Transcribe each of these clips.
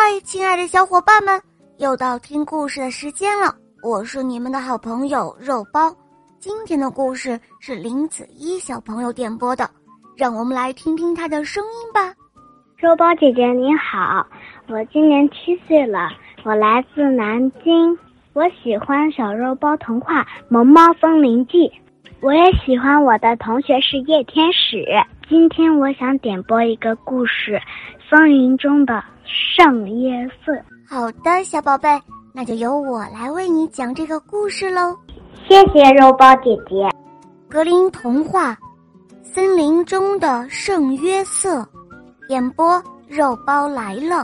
亲爱的小伙伴们，又到听故事的时间了，我是你们的好朋友肉包。今天的故事是林子一小朋友点播的，让我们来听听他的声音吧。 肉包姐姐你好，我今年7岁了，我来自南京，我喜欢小肉包童话《萌猫风铃记》，我也喜欢我的同学是叶天使。今天我想点播一个故事，风云中的圣约瑟。 好的，小宝贝，那就由我来为你讲这个故事喽。 谢谢肉包姐姐。 格林童话《森林中的圣约瑟》，演播肉包来了。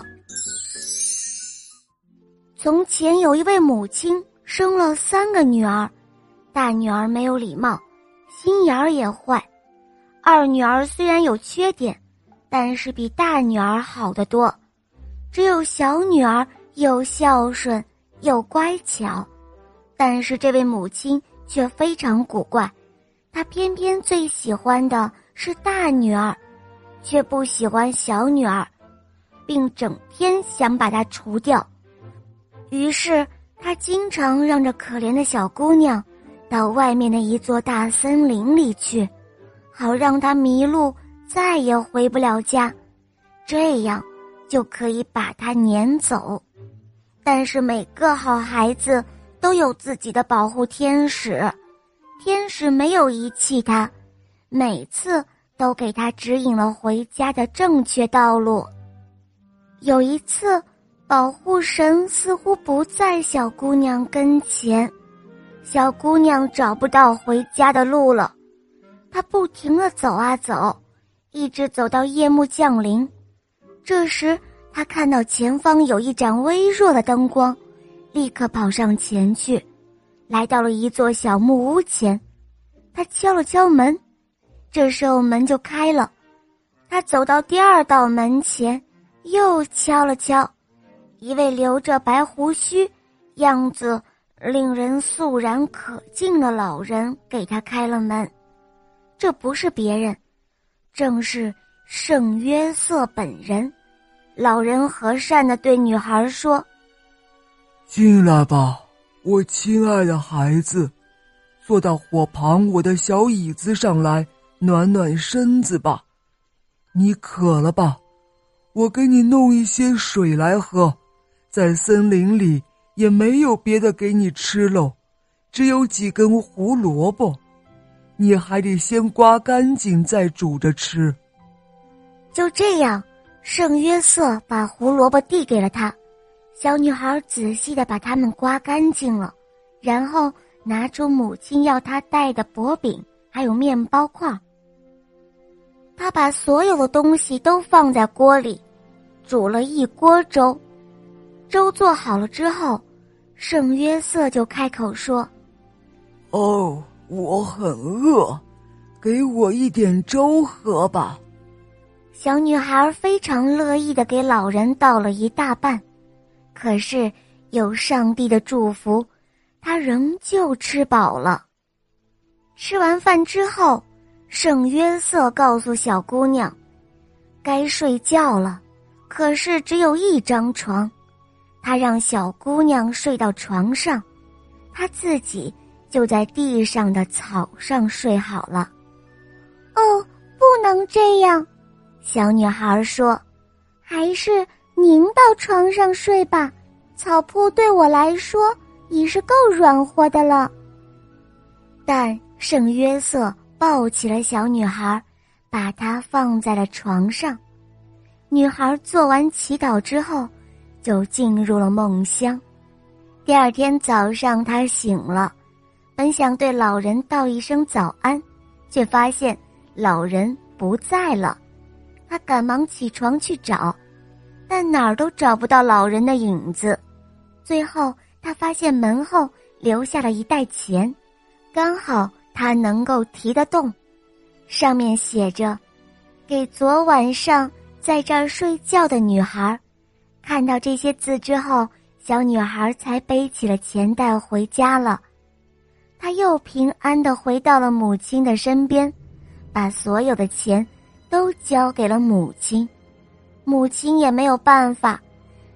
从前有一位母亲生了3个女儿，大女儿没有礼貌，心眼儿也坏，二女儿虽然有缺点，但是比大女儿好得多，只有小女儿又孝顺又乖巧。但是这位母亲却非常古怪，她偏偏最喜欢的是大女儿，却不喜欢小女儿，并整天想把她除掉。于是她经常让这可怜的小姑娘到外面的一座大森林里去，好让她迷路，再也回不了家，这样就可以把她撵走。但是每个好孩子都有自己的保护天使，天使没有遗弃他，每次都给他指引了回家的正确道路。有一次，保护神似乎不在小姑娘跟前，小姑娘找不到回家的路了，她不停地走啊走，一直走到夜幕降临。这时她看到前方有一盏微弱的灯光，立刻跑上前去，来到了一座小木屋前。他敲了敲门，这时候门就开了。他走到第2道门前，又敲了敲。一位留着白胡须，样子令人肃然可敬的老人给他开了门。这不是别人，正是圣约瑟本人。老人和善地对女孩说： 进来吧，我亲爱的孩子，坐到火旁我的小椅子上来，暖暖身子吧。你渴了吧？我给你弄一些水来喝，在森林里也没有别的给你吃喽，只有几根胡萝卜，你还得先刮干净再煮着吃。 就这样，圣约瑟把胡萝卜递给了他，小女孩仔细地把它们刮干净了，然后拿出母亲要她带的薄饼还有面包块。她把所有的东西都放在锅里，煮了一锅粥。粥做好了之后，圣约瑟就开口说： 哦，我很饿，给我一点粥喝吧。 小女孩非常乐意地给老人倒了一大半，可是有上帝的祝福，她仍旧吃饱了。吃完饭之后，圣约瑟告诉小姑娘该睡觉了，可是只有一张床，他让小姑娘睡到床上，他自己就在地上的草上睡好了。哦，不能这样，小女孩说，还是您到床上睡吧，草铺对我来说已是够软和的了。但圣约瑟抱起了小女孩，把她放在了床上。女孩做完祈祷之后，就进入了梦乡。第2天早上，她醒了，本想对老人道一声早安，却发现老人不在了。她赶忙起床去找，但哪儿都找不到老人的影子。最后她发现门后留下了一袋钱，刚好她能够提得动，上面写着给昨晚上在这儿睡觉的女孩。看到这些字之后，小女孩才背起了钱袋回家了。她又平安地回到了母亲的身边，把所有的钱都交给了母亲。母亲也没有办法，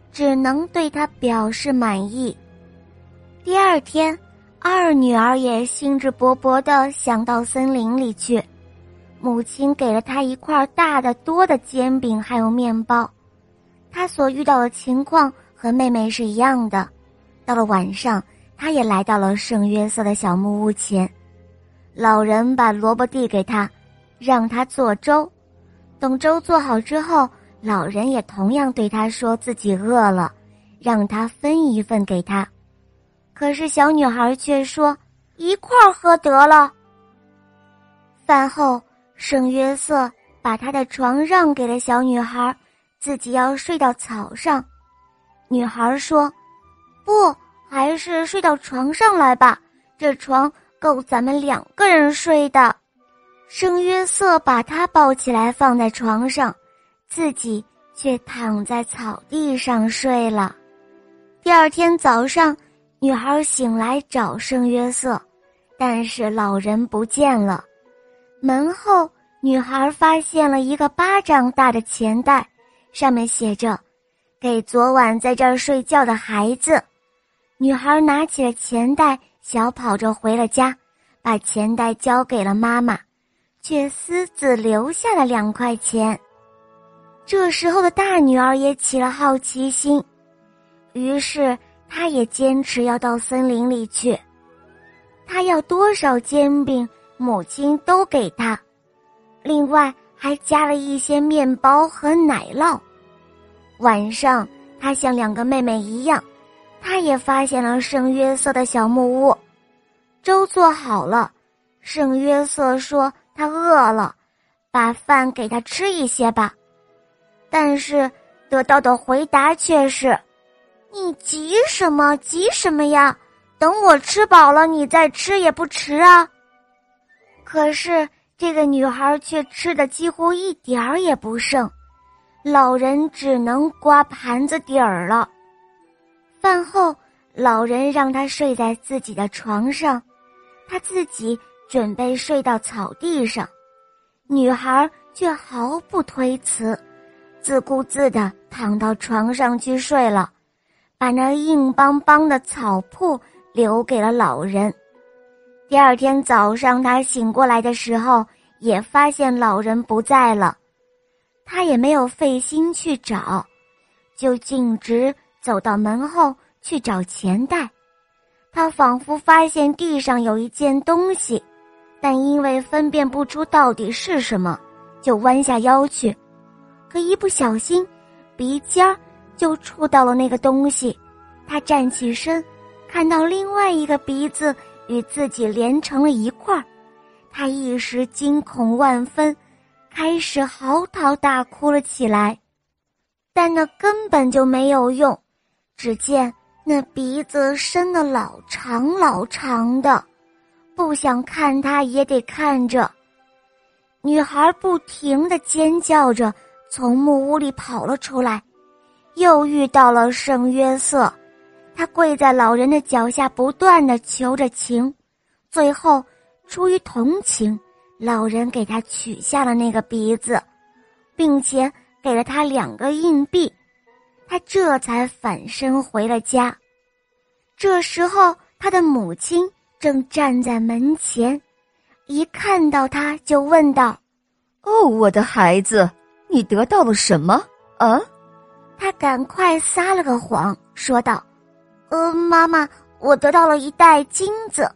只能对他表示满意。第二天，二女儿也兴致勃勃地想到森林里去。母亲给了她一块大的多的煎饼还有面包。她所遇到的情况和妹妹是一样的。到了晚上，她也来到了圣约瑟的小木屋前。老人把萝卜递给她，让她做粥。等粥做好之后，老人也同样对她说自己饿了，让她分一份给她。可是小女孩却说一块儿喝得了。饭后，圣约瑟把他的床让给了小女孩，自己要睡到草上。女孩说，不，还是睡到床上来吧，这床够咱们2个人睡的。圣约瑟把她抱起来放在床上，自己却躺在草地上睡了。第二天早上，女孩醒来找圣约瑟，但是老人不见了。门后，女孩发现了一个巴掌大的钱袋，上面写着给昨晚在这儿睡觉的孩子。女孩拿起了钱袋，小跑着回了家，把钱袋交给了妈妈，却私自留下了2块钱。这时候的大女儿也起了好奇心，于是她也坚持要到森林里去。她要多少煎饼，母亲都给她，另外还加了一些面包和奶酪。晚上，她像2个妹妹一样，她也发现了圣约瑟的小木屋。粥做好了，圣约瑟说他饿了，把饭给他吃一些吧。但是得到的回答却是，你急什么急什么呀，等我吃饱了你再吃也不迟啊。可是这个女孩却吃的几乎一点儿也不剩，老人只能刮盘子底儿了。饭后，老人让她睡在自己的床上，她自己准备睡到草地上。女孩却毫不推辞，自顾自地躺到床上去睡了，把那硬邦邦的草铺留给了老人。第二天早上，她醒过来的时候，也发现老人不在了。她也没有费心去找，就径直走到门后去找钱袋。她仿佛发现地上有一件东西，但因为分辨不出到底是什么，就弯下腰去。可一不小心，鼻尖儿就触到了那个东西。她站起身，看到另外一个鼻子与自己连成了一块儿，她一时惊恐万分，开始嚎啕大哭了起来。但那根本就没有用，只见那鼻子伸得老长老长的，不想看它也得看着。女孩不停地尖叫着从木屋里跑了出来，又遇到了圣约瑟。她跪在老人的脚下，不断地求着情。最后出于同情，老人给她取下了那个鼻子，并且给了她2个硬币。她这才返身回了家。这时候，她的母亲正站在门前，一看到她就问道： 哦，我的孩子，你得到了什么啊？ 她赶快撒了个谎，说道：妈妈，我得到了一袋金子，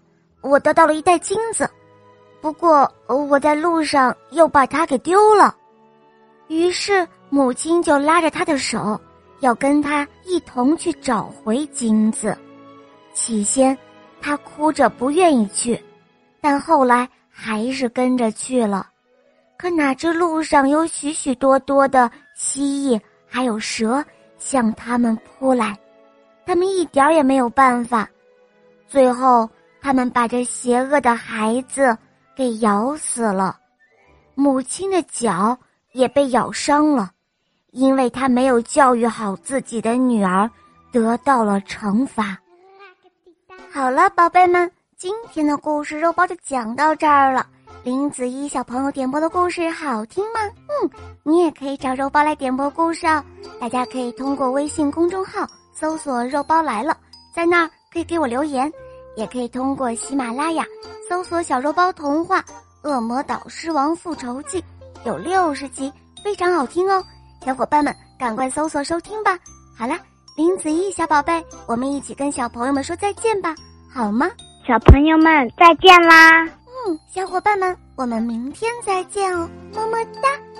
不过我在路上又把它给丢了。于是母亲就拉着她的手，要跟她一同去找回金子。起先她哭着不愿意去，但后来还是跟着去了。可哪知路上有许许多多的蜥蜴还有蛇向他们扑来，他们一点儿也没有办法。最后他们把这邪恶的孩子给咬死了，母亲的脚也被咬伤了，因为她没有教育好自己的女儿，得到了惩罚。好了，宝贝们，今天的故事肉包就讲到这儿了。 林子怡小朋友点播的故事好听吗？你也可以找肉包来点播故事哦。大家可以通过微信公众号搜索肉包来了，在那儿可以给我留言，也可以通过喜马拉雅搜索小肉包童话恶魔岛狮王复仇记，有60集，非常好听哦。小伙伴们赶快搜索收听吧。好啦，林子怡小宝贝，我们一起跟小朋友们说再见吧，好吗？ 小朋友们再见啦！ 小伙伴们，我们明天再见哦，么么哒。